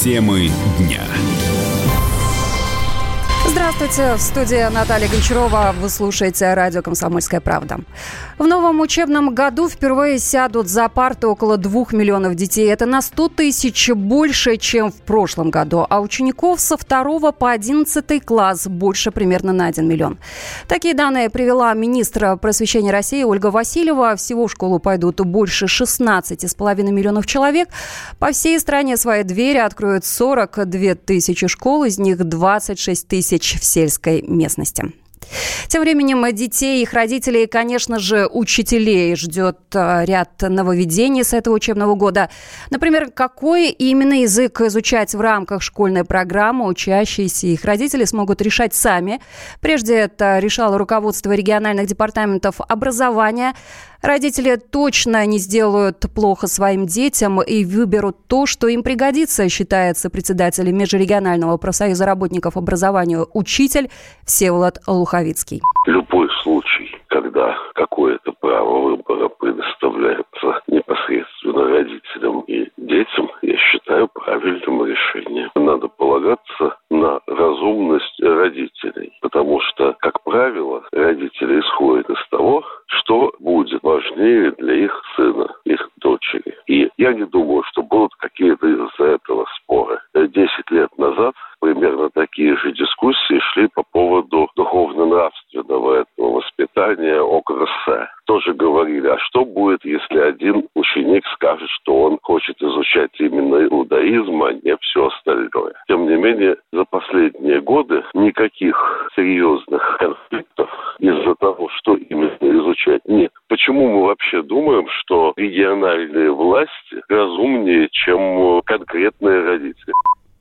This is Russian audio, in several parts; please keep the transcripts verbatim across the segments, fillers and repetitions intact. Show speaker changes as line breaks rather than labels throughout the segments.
Темы дня.
Здравствуйте, в студии Наталья Гончарова. Вы слушаете радио «Комсомольская правда». В новом учебном году впервые сядут за парты около двух миллионов детей. Это на сто тысяч больше, чем в прошлом году. А учеников со второго по одиннадцатый класс больше примерно на один миллион. Такие данные привела министр просвещения России Ольга Васильева. Всего в школу пойдут больше шестнадцати с половиной миллионов человек. По всей стране свои двери откроют сорок две тысячи школ, из них двадцать шесть тысяч в сельской местности. Тем временем детей, их родителей и, конечно же, учителей ждет ряд нововведений с этого учебного года. Например, какой именно язык изучать в рамках школьной программы учащиеся и их родители смогут решать сами. Прежде это решало руководство региональных департаментов образования. Родители точно не сделают плохо своим детям и выберут то, что им пригодится, считает сопредседатель Межрегионального профсоюза работников образования «Учитель» Всеволод Луховицкий.
Любой случай, когда какое-то право выбора предоставляется непосредственно родителям и детям, я считаю правильным решением. Надо полагаться на разумность родителей, потому что, как правило, родители исходят из того, что будет важнее для их сына, их дочери. И я не думаю, что будут какие-то из-за этого споры. Десять лет назад примерно такие же дискуссии шли по поводу духовно-нравственного этого воспитания ОКРС. Тоже говорили, а что будет, если один ученик скажет, что он хочет изучать именно иудаизм, а не все остальное. Тем не менее, за последние годы никаких серьезных конфликтов из-за того, что именно изучать, нет. Почему мы вообще думаем, что региональные власти разумнее, чем конкретные родители?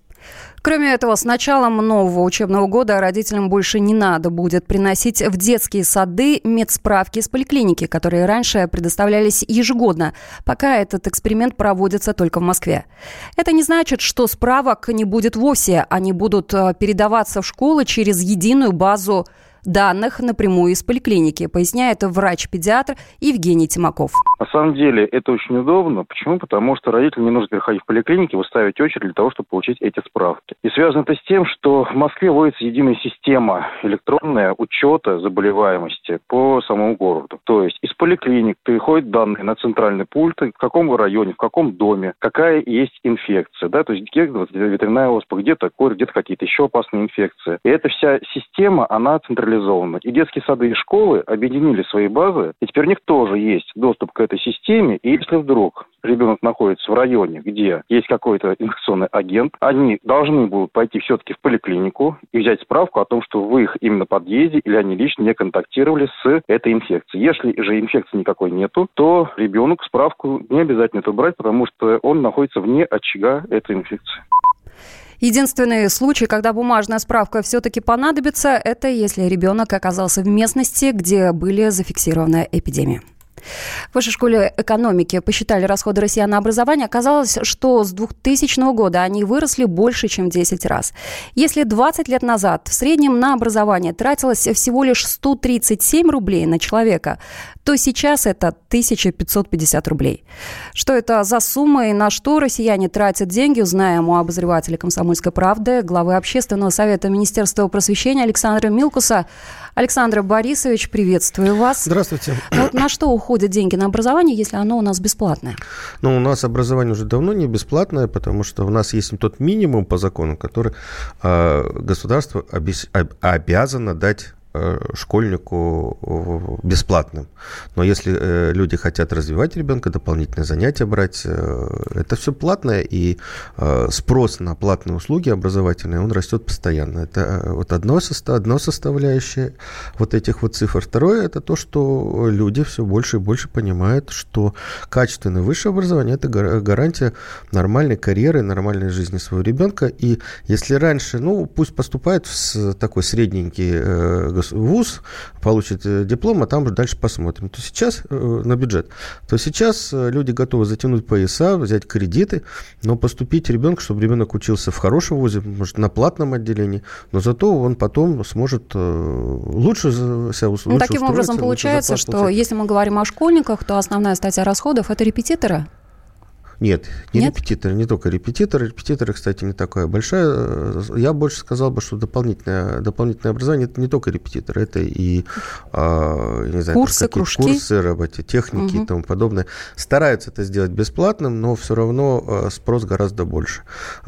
Кроме этого, с началом нового учебного года родителям больше не надо будет приносить в детские сады медсправки из поликлиники, которые раньше предоставлялись ежегодно, пока этот эксперимент проводится только в Москве. Это не значит, что справок не будет вовсе. Они будут передаваться в школы через единую базу данных напрямую из поликлиники, поясняет врач-педиатр Евгений Тимаков.
На самом деле это очень удобно. Почему? Потому что родителям не нужно переходить в поликлинике, выставить очередь для того, чтобы получить эти справки. И связано это с тем, что в Москве вводится единая система электронная учета заболеваемости по самому городу. То есть из поликлиник приходят данные на центральный пульт, в каком районе, в каком доме, какая есть инфекция. Да? То есть где-то ветеринарная оспа, где-то кор, где-то какие-то еще опасные инфекции. И эта вся система, она централизована. И детские сады и школы объединили свои базы, и теперь у них тоже есть доступ к этой системе. И если вдруг ребенок находится в районе, где есть какой-то инфекционный агент, они должны будут пойти все-таки в поликлинику и взять справку о том, что в их именно подъезде или они лично не контактировали с этой инфекцией. Если же инфекции никакой нету, то ребенок справку не обязательно это брать, потому что он находится вне очага этой инфекции.
Единственный случай, когда бумажная справка все-таки понадобится, это если ребенок оказался в местности, где были зафиксированы эпидемии. В Высшей школе экономики посчитали расходы россиян на образование. Оказалось, что с двухтысячного года они выросли больше, чем в десять раз. Если двадцать лет назад в среднем на образование тратилось всего лишь сто тридцать семь рублей на человека, то сейчас это тысяча пятьсот пятьдесят рублей. Что это за сумма и на что россияне тратят деньги, узнаем у обозревателя «Комсомольской правды», главы Общественного совета Министерства просвещения Александра Милкуса. Александр Борисович, приветствую вас.
Здравствуйте.
Вот на что уходят деньги на образование, если оно у нас бесплатное?
Ну, у нас образование уже давно не бесплатное, потому что у нас есть тот минимум по закону, который э, государство обез, об, обязано дать школьнику бесплатным. Но если э, люди хотят развивать ребенка, дополнительные занятия брать, э, это все платное, и э, спрос на платные услуги образовательные, он растет постоянно. Это э, вот одно, состав, одно составляющее вот этих вот цифр. Второе, это то, что люди все больше и больше понимают, что качественное высшее образование – это гарантия нормальной карьеры, нормальной жизни своего ребенка. И если раньше, ну, пусть поступает в такой средненький э, вуз, получит диплом, а там дальше посмотрим. То сейчас на бюджет, то сейчас люди готовы затянуть пояса, взять кредиты, но поступить ребенку, чтобы ребенок учился в хорошем вузе, может, на платном отделении, но зато он потом сможет лучше себя устроиться.
Ну, таким образом получается, что если мы говорим о школьниках, то основная статья расходов – это репетиторы?
Нет, не
Нет?
репетиторы, не только репетиторы. Репетиторы, кстати, не такая большая. Я больше сказал бы, что дополнительное, дополнительное образование – это не только репетиторы, это и не знаю,
курсы, кружки,
курсы, робототехники угу. и тому подобное. Стараются это сделать бесплатным, но все равно спрос гораздо больше,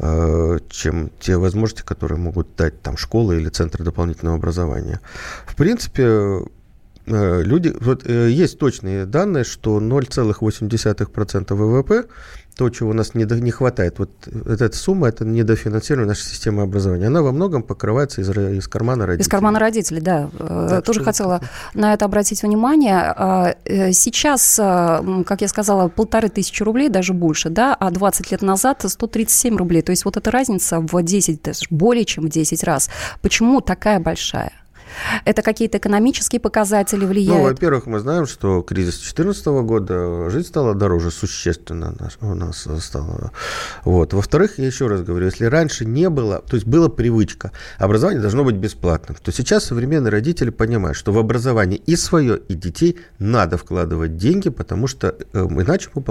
чем те возможности, которые могут дать там школы или центры дополнительного образования. В принципе, люди, вот есть точные данные, что ноль целых восемь десятых процента ВВП, то, чего у нас не, до, не хватает, вот эта сумма, это недофинансирование нашей системы образования, она во многом покрывается из, из кармана родителей.
Из кармана родителей, да. Так Тоже что... хотела на это обратить внимание. Сейчас, как я сказала, полторы тысячи рублей, даже больше, да, а двадцать лет назад сто тридцать семь рублей. То есть вот эта разница в десять, более чем в десять раз. Почему такая большая? Это какие-то экономические показатели влияют?
Ну, во-первых, мы знаем, что кризис две тысячи четырнадцатого года, жизнь стала дороже существенно у нас стало. Вот. Во-вторых, я еще раз говорю, если раньше не было, то есть была привычка, образование должно быть бесплатным, то сейчас современные родители понимают, что в образование и свое, и детей надо вкладывать деньги, потому что иначе мы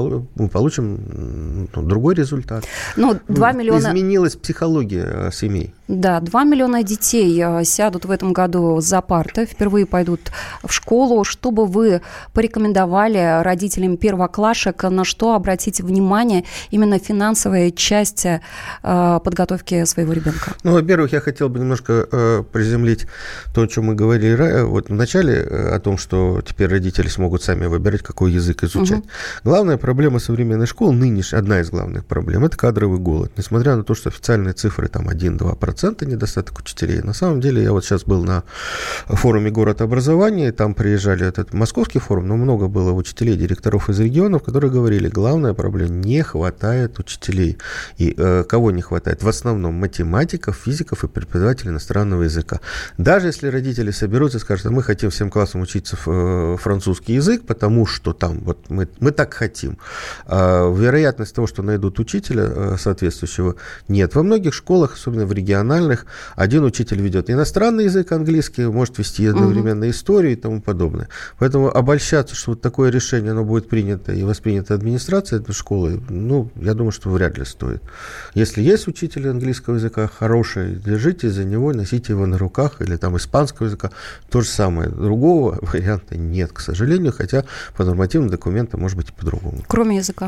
получим ну, другой результат.
Ну, два миллиона...
Изменилась психология семей.
Да, два миллиона детей сядут в этом году за парты, впервые пойдут в школу. Что бы вы порекомендовали родителям первоклашек, на что обратить внимание именно финансовая часть э, подготовки своего ребенка?
Ну, во-первых, я хотел бы немножко э, приземлить то, о чем мы говорили вот в начале, э, о том, что теперь родители смогут сами выбирать, какой язык изучать. Угу. Главная проблема современной школы, нынешняя, одна из главных проблем, это кадровый голод. Несмотря на то, что официальные цифры там один-два процента недостаток учителей, на самом деле я вот сейчас был на форуме «Город образования», там приезжали этот московский форум, но много было учителей, директоров из регионов, которые говорили, главная проблема – не хватает учителей. И э, кого не хватает? В основном математиков, физиков и преподавателей иностранного языка. Даже если родители соберутся и скажут, мы хотим всем классам учиться в, э, французский язык, потому что там вот мы, мы так хотим, э, вероятность того, что найдут учителя э, соответствующего, нет. Во многих школах, особенно в региональных, один учитель ведет иностранный язык, английский, может вести одновременно uh-huh. историю и тому подобное. Поэтому обольщаться, что вот такое решение, оно будет принято и воспринято администрацией этой школы, ну, я думаю, что вряд ли стоит. Если есть учитель английского языка хороший, держитесь за него, носите его на руках, или там испанского языка, то же самое. Другого варианта нет, к сожалению, хотя по нормативным документам может быть и по-другому.
Кроме языка.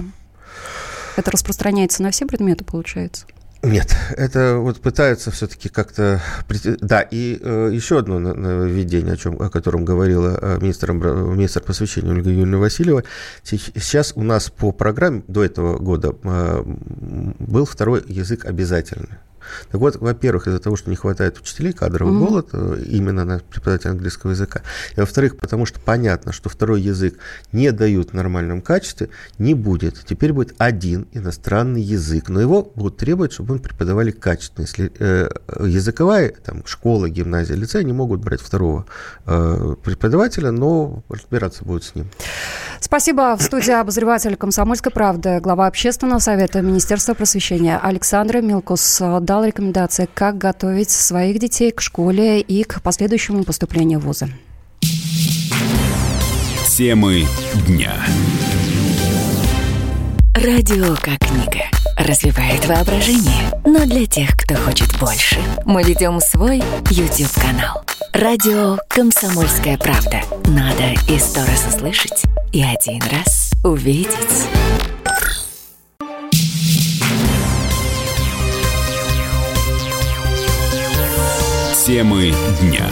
Это распространяется на все предметы, получается?
Нет, это вот пытаются все-таки как-то... Да, и э, еще одно нововведение, о, чем, о котором говорила э, министр, министр просвещения Ольга Юрьевна Васильева. Сейчас у нас по программе до этого года э, был второй язык обязательный. Так вот, во-первых, из-за того, что не хватает учителей, кадровый mm-hmm. голод именно на преподавателя английского языка. И во-вторых, потому что понятно, что второй язык не дают в нормальном качестве, не будет. Теперь будет один иностранный язык, но его будут требовать, чтобы он преподавали качественно. Если э, языковая там, школа, гимназия, лицей, они могут брать второго э, преподавателя, но разбираться будут с ним.
Спасибо. В студии обозреватель «Комсомольской правды», глава общественного совета Министерства просвещения Александр Милкус дал рекомендации, как готовить своих детей к школе и к последующему поступлению в вузы.
Темы дня.
Радио как книга. Развивает воображение. Но для тех, кто хочет больше, мы ведем свой YouTube-канал. Радио «Комсомольская правда». Надо и сто раз услышать, и один раз увидеть.
Темы дня.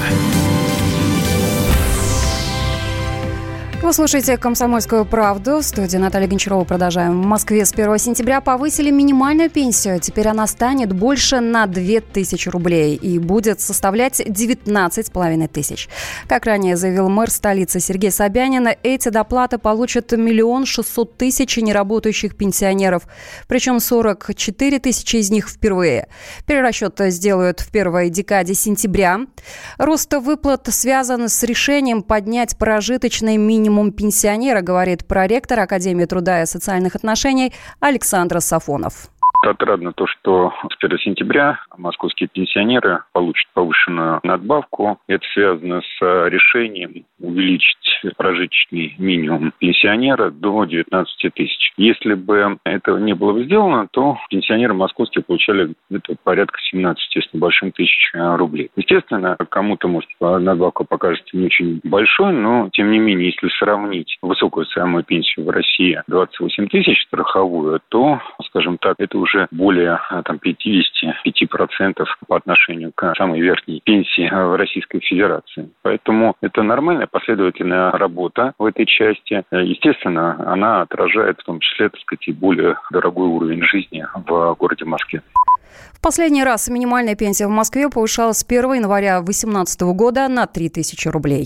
Вы слушаете «Комсомольскую правду». В студии Наталья Гончарова. Продолжаем. В Москве с первого сентября повысили минимальную пенсию. Теперь она станет больше на две тысячи рублей и будет составлять девятнадцать с половиной тысяч. Как ранее заявил мэр столицы Сергей Собянин, эти доплаты получат миллион шестьсот тысяч неработающих пенсионеров. Причем сорок четыре тысячи из них впервые. Перерасчет сделают в первой декаде сентября. Рост выплат связан с решением поднять прожиточный минимум пенсионера, говорит проректор Академии труда и социальных отношений Александр Сафонов.
Отрадно то, что с первого сентября московские пенсионеры получат повышенную надбавку. Это связано с решением увеличить прожиточный минимум пенсионера до девятнадцати тысяч. Если бы этого не было бы сделано, то пенсионеры московские получали где-то порядка семнадцати с небольшим тысяч рублей. Естественно, кому-то, может, надбавка покажется не очень большой, но, тем не менее, если сравнить высокую самую пенсию в России двадцать восемь тысяч страховую, то, скажем так, это уже более там, пятьдесят пять процентов по отношению к самой верхней пенсии в Российской Федерации. Поэтому это нормальная последовательная работа в этой части. Естественно, она отражает в том числе, так сказать, и более дорогой уровень жизни в городе Москве.
В последний раз минимальная пенсия в Москве повышалась с первого января две тысячи восемнадцатого года на три тысячи рублей.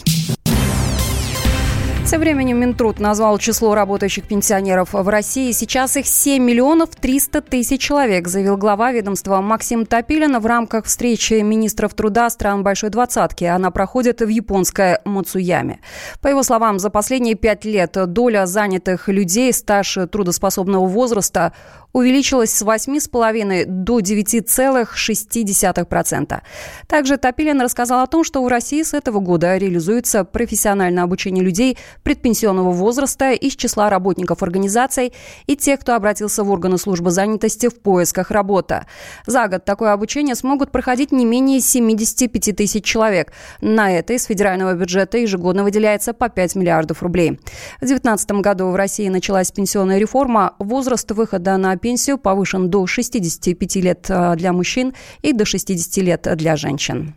Тем временем Минтруд назвал число работающих пенсионеров в России. Сейчас их семь миллионов триста тысяч человек, заявил глава ведомства Максим Топилин в рамках встречи министров труда стран Большой Двадцатки. Она проходит в японской Мацуяме. По его словам, за последние пять лет доля занятых людей, стаж трудоспособного возраста увеличилась с восьми с половиной до девяти целых шести десятых процента. Также Топилин рассказал о том, что в России с этого года реализуется профессиональное обучение людей предпенсионного возраста из числа работников организаций и тех, кто обратился в органы службы занятости в поисках работы. За год такое обучение смогут проходить не менее семьдесят пять тысяч человек. На это из федерального бюджета ежегодно выделяется по пять миллиардов рублей. В две тысячи девятнадцатом году в России началась пенсионная реформа. Возраст выхода на пенсию повышен до шестидесяти пяти лет для мужчин и до шестидесяти лет для женщин.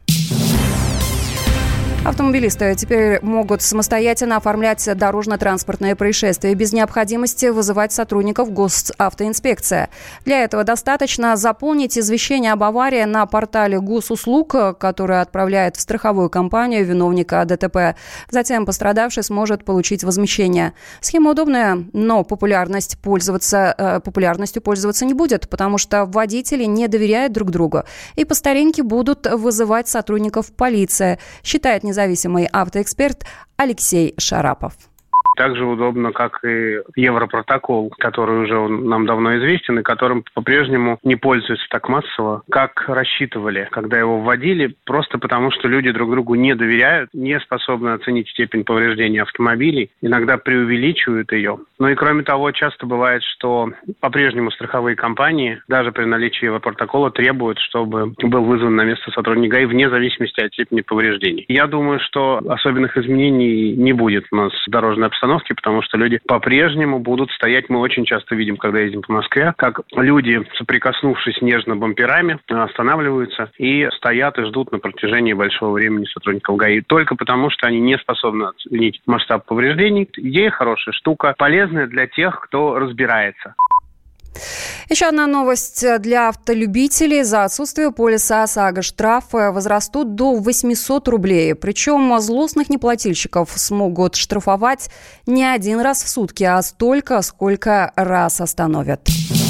Автомобилисты теперь могут самостоятельно оформлять дорожно-транспортные происшествия без необходимости вызывать сотрудников госавтоинспекции. Для этого достаточно заполнить извещение об аварии на портале госуслуг, который отправляет в страховую компанию виновника ДТП. Затем пострадавший сможет получить возмещение. Схема удобная, но популярность пользоваться, популярностью пользоваться не будет, потому что водители не доверяют друг другу и по старинке будут вызывать сотрудников полиции, считает независимый автоэксперт Алексей Шарапов.
Так же удобно, как и Европротокол, который уже нам давно известен и которым по-прежнему не пользуются так массово, как рассчитывали, когда его вводили, просто потому что люди друг другу не доверяют, не способны оценить степень повреждения автомобилей, иногда преувеличивают ее. Ну и кроме того, часто бывает, что по-прежнему страховые компании, даже при наличии Европротокола, требуют, чтобы был вызван на место сотрудник ГАИ вне зависимости от степени повреждений. Я думаю, что особенных изменений не будет у нас в дорожной обстановке, потому что люди по-прежнему будут стоять. Мы очень часто видим, когда ездим по Москве, как люди, соприкоснувшись нежно бамперами, останавливаются и стоят и ждут на протяжении большого времени сотрудников ГАИ. Только потому, что они не способны оценить масштаб повреждений. Идея хорошая, штука полезная для тех, кто разбирается.
Еще одна новость для автолюбителей. За отсутствие полиса ОСАГО штрафы возрастут до восемьсот рублей. Причем злостных неплательщиков смогут штрафовать не один раз в сутки, а столько, сколько раз остановят.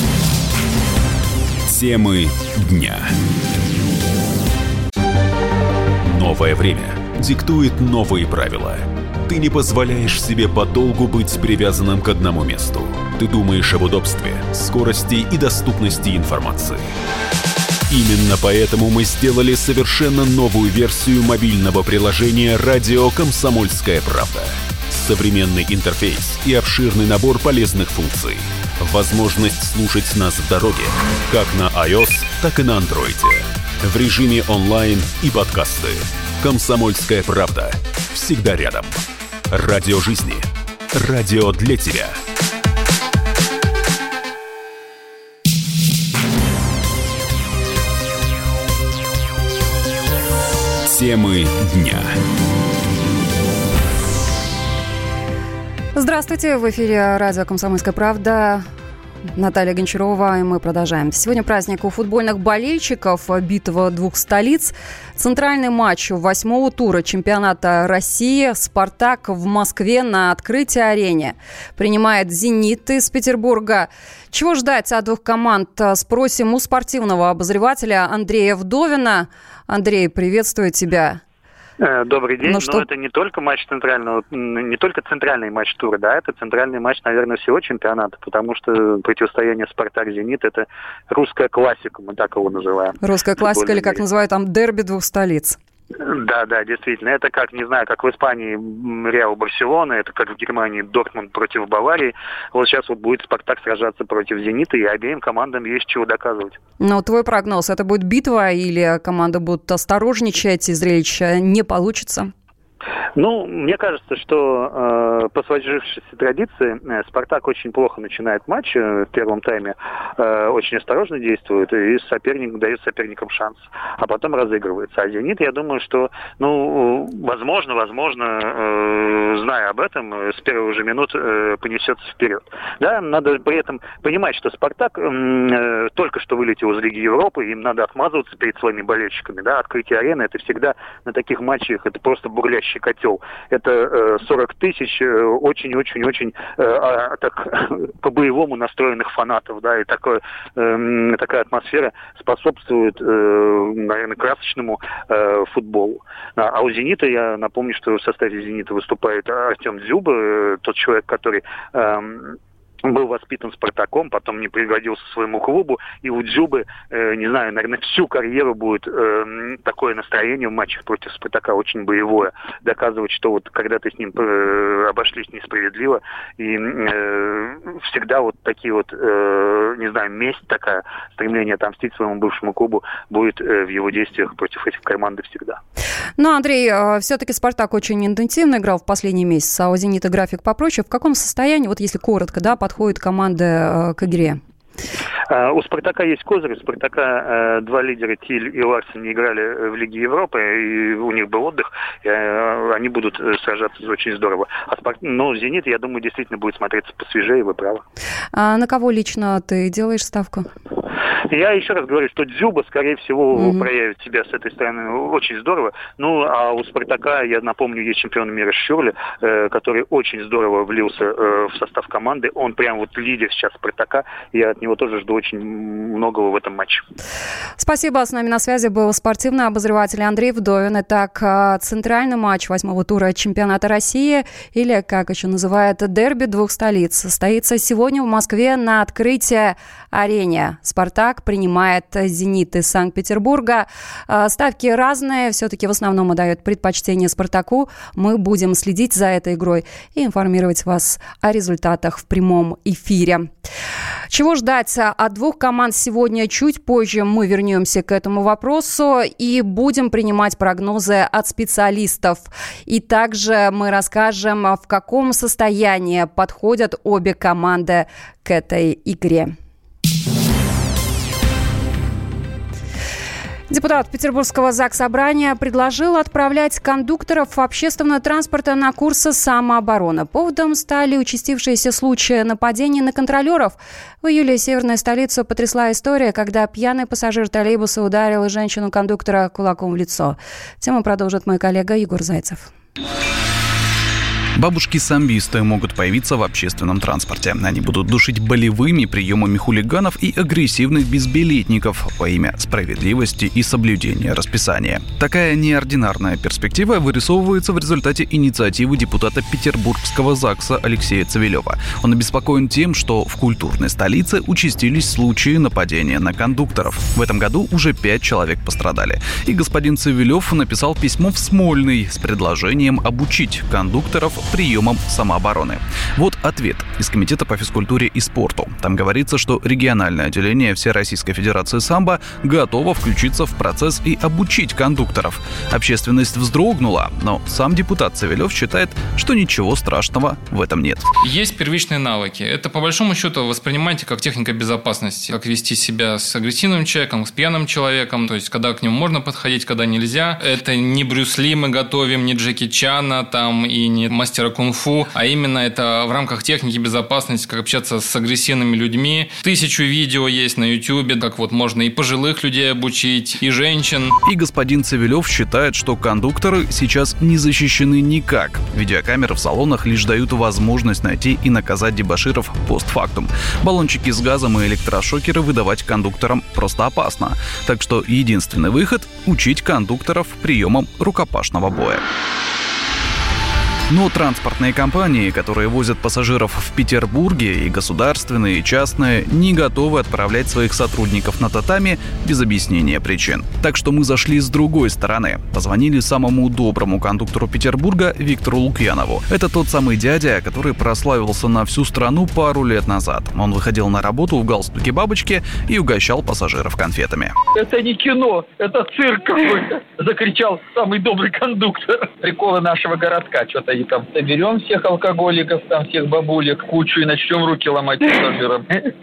Темы дня. Новое время диктует новые правила. Ты не позволяешь себе подолгу быть привязанным к одному месту. Ты думаешь об удобстве, скорости и доступности информации. Именно поэтому мы сделали совершенно новую версию мобильного приложения «Радио Комсомольская правда». Современный интерфейс и обширный набор полезных функций. Возможность слушать нас в дороге, как на iOS, так и на Android. В режиме онлайн и подкасты. «Комсомольская правда». Всегда рядом. Радио жизни. Радио для тебя. Темы дня.
Здравствуйте, в эфире радио «Комсомольская правда». Наталья Гончарова, и мы продолжаем. Сегодня праздник у футбольных болельщиков, битва двух столиц. Центральный матч восьмого тура чемпионата России «Спартак» в Москве на открытии-арене. Принимает «Зенит» из Петербурга. Чего ждать от двух команд, спросим у спортивного обозревателя Андрея Вдовина. Андрей, приветствую тебя.
Добрый день.
Ну, что...
Но это не только матч центрального, не только центральный матч тура, да, это центральный матч, наверное, всего чемпионата, потому что противостояние «Спартак-Зенит» — это русская классика, мы так его называем.
Русская классика, или как называют там, дерби двух столиц.
Да, да, действительно. Это как, не знаю, как в Испании Реал Барселона, это как в Германии Дортмунд против Баварии. Вот сейчас вот будет Спартак сражаться против Зенита, и обеим командам есть чего доказывать.
Ну, твой прогноз, это будет битва или команды будут осторожничать, и зрелище не получится?
Ну, мне кажется, что э, по сложившейся традиции э, «Спартак» очень плохо начинает матч э, в первом тайме, э, очень осторожно действует и соперник дает соперникам шанс, а потом разыгрывается. А «Зенит», я думаю, что, ну, возможно, возможно, э, зная об этом, э, с первых же минут э, понесется вперед. Да, надо при этом понимать, что «Спартак» э, только что вылетел из Лиги Европы, им надо отмазываться перед своими болельщиками. Да? Открытие арены — это всегда на таких матчах, это просто бурлящий котел. Это э, сорок тысяч э, очень-очень-очень э, э, так, по-боевому настроенных фанатов, да, и такое, э, такая атмосфера способствует, э, наверное, красочному э, футболу. А, а у «Зенита», я напомню, что в составе «Зенита» выступает Артем Дзюба, э, тот человек, который... Э, был воспитан «Спартаком», потом не пригодился своему клубу, и у Дзюбы, э, не знаю, наверное, всю карьеру будет э, такое настроение в матчах против «Спартака» очень боевое. Доказывать, что вот когда-то с ним э, обошлись несправедливо, и э, всегда вот такие вот, э, не знаю, месть такая, стремление отомстить своему бывшему клубу будет э, в его действиях против этих команд всегда.
Ну, Андрей, э, все-таки «Спартак» очень интенсивно играл в последний месяц, а у «Зенита» график попроще. В каком состоянии, вот если коротко, да, подходит команда к игре?
У «Спартака» есть козырь. У «Спартака» э, два лидера, Тиль и Ларсен, не играли в Лиге Европы, и у них был отдых. И, э, они будут сражаться очень здорово. А Спарт... Но «Зенит», я думаю, действительно будет смотреться посвежее, вы правы. А на кого лично ты делаешь ставку? Я еще раз говорю, что Дзюба, скорее всего, mm-hmm. проявит себя с этой стороны очень здорово. Ну, а у «Спартака», я напомню, есть чемпион мира Шюрле, э, который очень здорово влился э, в состав команды. Он прям вот лидер сейчас «Спартака». Я от него тоже жду очень многого в этом матче. Спасибо. С нами на связи был спортивный обозреватель Андрей Вдовин. Итак, центральный матч восьмого тура чемпионата России, или, как еще называют, дерби двух столиц, состоится сегодня в Москве на открытии арене. «Спартак» принимает «Зенит» из Санкт-Петербурга. Ставки разные. Все-таки в основном отдают предпочтение «Спартаку». Мы будем следить за этой игрой и информировать вас о результатах в прямом эфире. Чего ждать от двух команд сегодня? Чуть позже мы вернемся к этому вопросу и будем принимать прогнозы от специалистов. И также мы расскажем, в каком состоянии подходят обе команды к этой игре. Депутат Петербургского Заксобрания предложил отправлять кондукторов общественного транспорта на курсы самообороны. Поводом стали участившиеся случаи нападений на контролеров. В июле северную столицу потрясла история, когда пьяный пассажир троллейбуса ударил женщину-кондуктора кулаком в лицо. Тему продолжит мой коллега Егор Зайцев.
Бабушки-самбисты могут появиться в общественном транспорте. Они будут душить болевыми приемами хулиганов и агрессивных безбилетников во имя справедливости и соблюдения расписания. Такая неординарная перспектива вырисовывается в результате инициативы депутата Петербургского ЗАГСа Алексея Цивилева. Он обеспокоен тем, что в культурной столице участились случаи нападения на кондукторов. В этом году уже пять человек пострадали. И господин Цивилев написал письмо в Смольный с предложением обучить кондукторов приемам самообороны. Вот ответ из Комитета по физкультуре и спорту. Там говорится, что региональное отделение Всероссийской Федерации самбо готово включиться в процесс и обучить кондукторов. Общественность вздрогнула, но сам депутат Цивилев считает, что ничего страшного в этом нет.
Есть первичные навыки. Это, по большому счету, воспринимайте как техника безопасности. Как вести себя с агрессивным человеком, с пьяным человеком, то есть когда к нему можно подходить, когда нельзя. Это не Брюс Ли мы готовим, не Джеки Чана там, и не мастер мастера кунг-фу, а именно это в рамках техники безопасности, как общаться с агрессивными людьми. Тысячу видео есть на YouTube, как вот можно и пожилых людей обучить, и женщин.
И господин Цивилев считает, что кондукторы сейчас не защищены никак. Видеокамеры в салонах лишь дают возможность найти и наказать дебоширов постфактум. Баллончики с газом и электрошокеры выдавать кондукторам просто опасно. Так что единственный выход – учить кондукторов приемам рукопашного боя. Но транспортные компании, которые возят пассажиров в Петербурге, и государственные, и частные, не готовы отправлять своих сотрудников на татами без объяснения причин. Так что мы зашли с другой стороны. Позвонили самому доброму кондуктору Петербурга Виктору Лукьянову. Это тот самый дядя, который прославился на всю страну пару лет назад. Он выходил на работу в галстуке бабочки и угощал пассажиров конфетами.
Это не кино, это цирк какой-то, закричал самый добрый кондуктор. Приколы нашего городка, что-то и там соберем всех алкоголиков, там всех бабулек, кучу и начнем руки ломать пассажирам.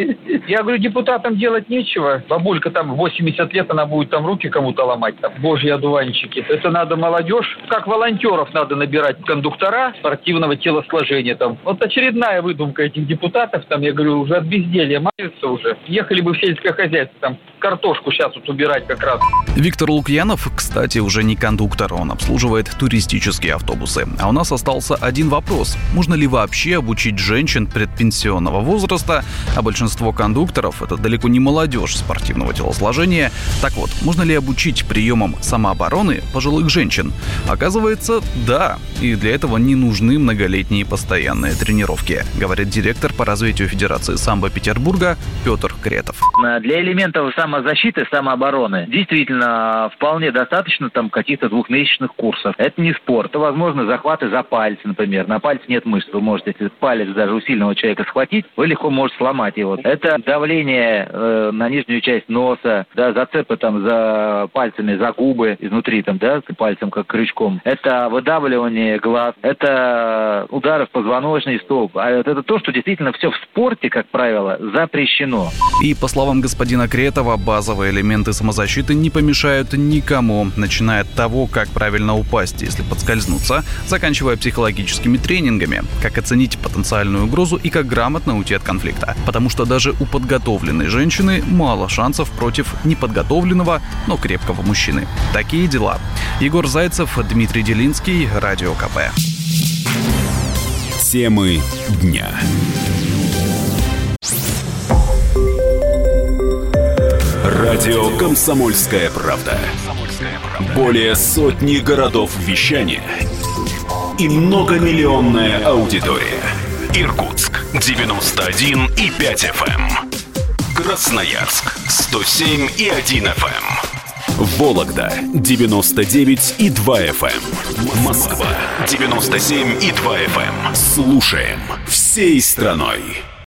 Я говорю, депутатам делать нечего. Бабулька там восемьдесят лет, она будет там руки кому-то ломать. Там, божьи одуванчики. Это надо молодежь. Как волонтеров надо набирать кондуктора спортивного телосложения. Там. Вот очередная выдумка этих депутатов. Там, я говорю, уже от безделья маются уже. Ехали бы в сельское хозяйство. Там картошку сейчас вот убирать как раз.
Виктор Лукьянов, кстати, уже не кондуктор. Он обслуживает туристические автобусы. А у нас остался один вопрос. Можно ли вообще обучить женщин предпенсионного возраста, а большинство кондукторов – это далеко не молодежь спортивного телосложения. Так вот, можно ли обучить приемам самообороны пожилых женщин? Оказывается, да. И для этого не нужны многолетние постоянные тренировки, говорит директор по развитию Федерации самбо Петербурга Петр Кретов.
Для элементов самозащиты, самообороны действительно вполне достаточно там каких-то двухмесячных курсов. Это не спорт. Это, возможно, захваты за пальцы, например. На пальце нет мышц. Вы можете, если палец даже у сильного человека схватить, вы легко можете сломать его. Это давление э, на нижнюю часть носа, да, зацепы там за пальцами, за губы изнутри, там, да, пальцем как крючком. Это выдавливание глаз. Это удары в позвоночный столб. А это то, что действительно все в спорте, как правило, запрещено.
И, по словам господина Кретова, базовые элементы самозащиты не помешают никому, начиная от того, как правильно упасть, если подскользнуться, заканчивая психологическими тренингами, как оценить потенциальную угрозу и как грамотно уйти от конфликта. Потому что даже у подготовленной женщины мало шансов против неподготовленного, но крепкого мужчины. Такие дела. Егор Зайцев, Дмитрий Делинский, Радио КП.
Темы дня. Радио «Комсомольская правда». Более сотни городов вещания и многомиллионная аудитория. Иркутск девяносто один и пять эф эм, Красноярск сто семь и один эф эм, Вологда девяносто девять и два эф эм, Москва девяносто семь и два эф эм. Слушаем всей страной.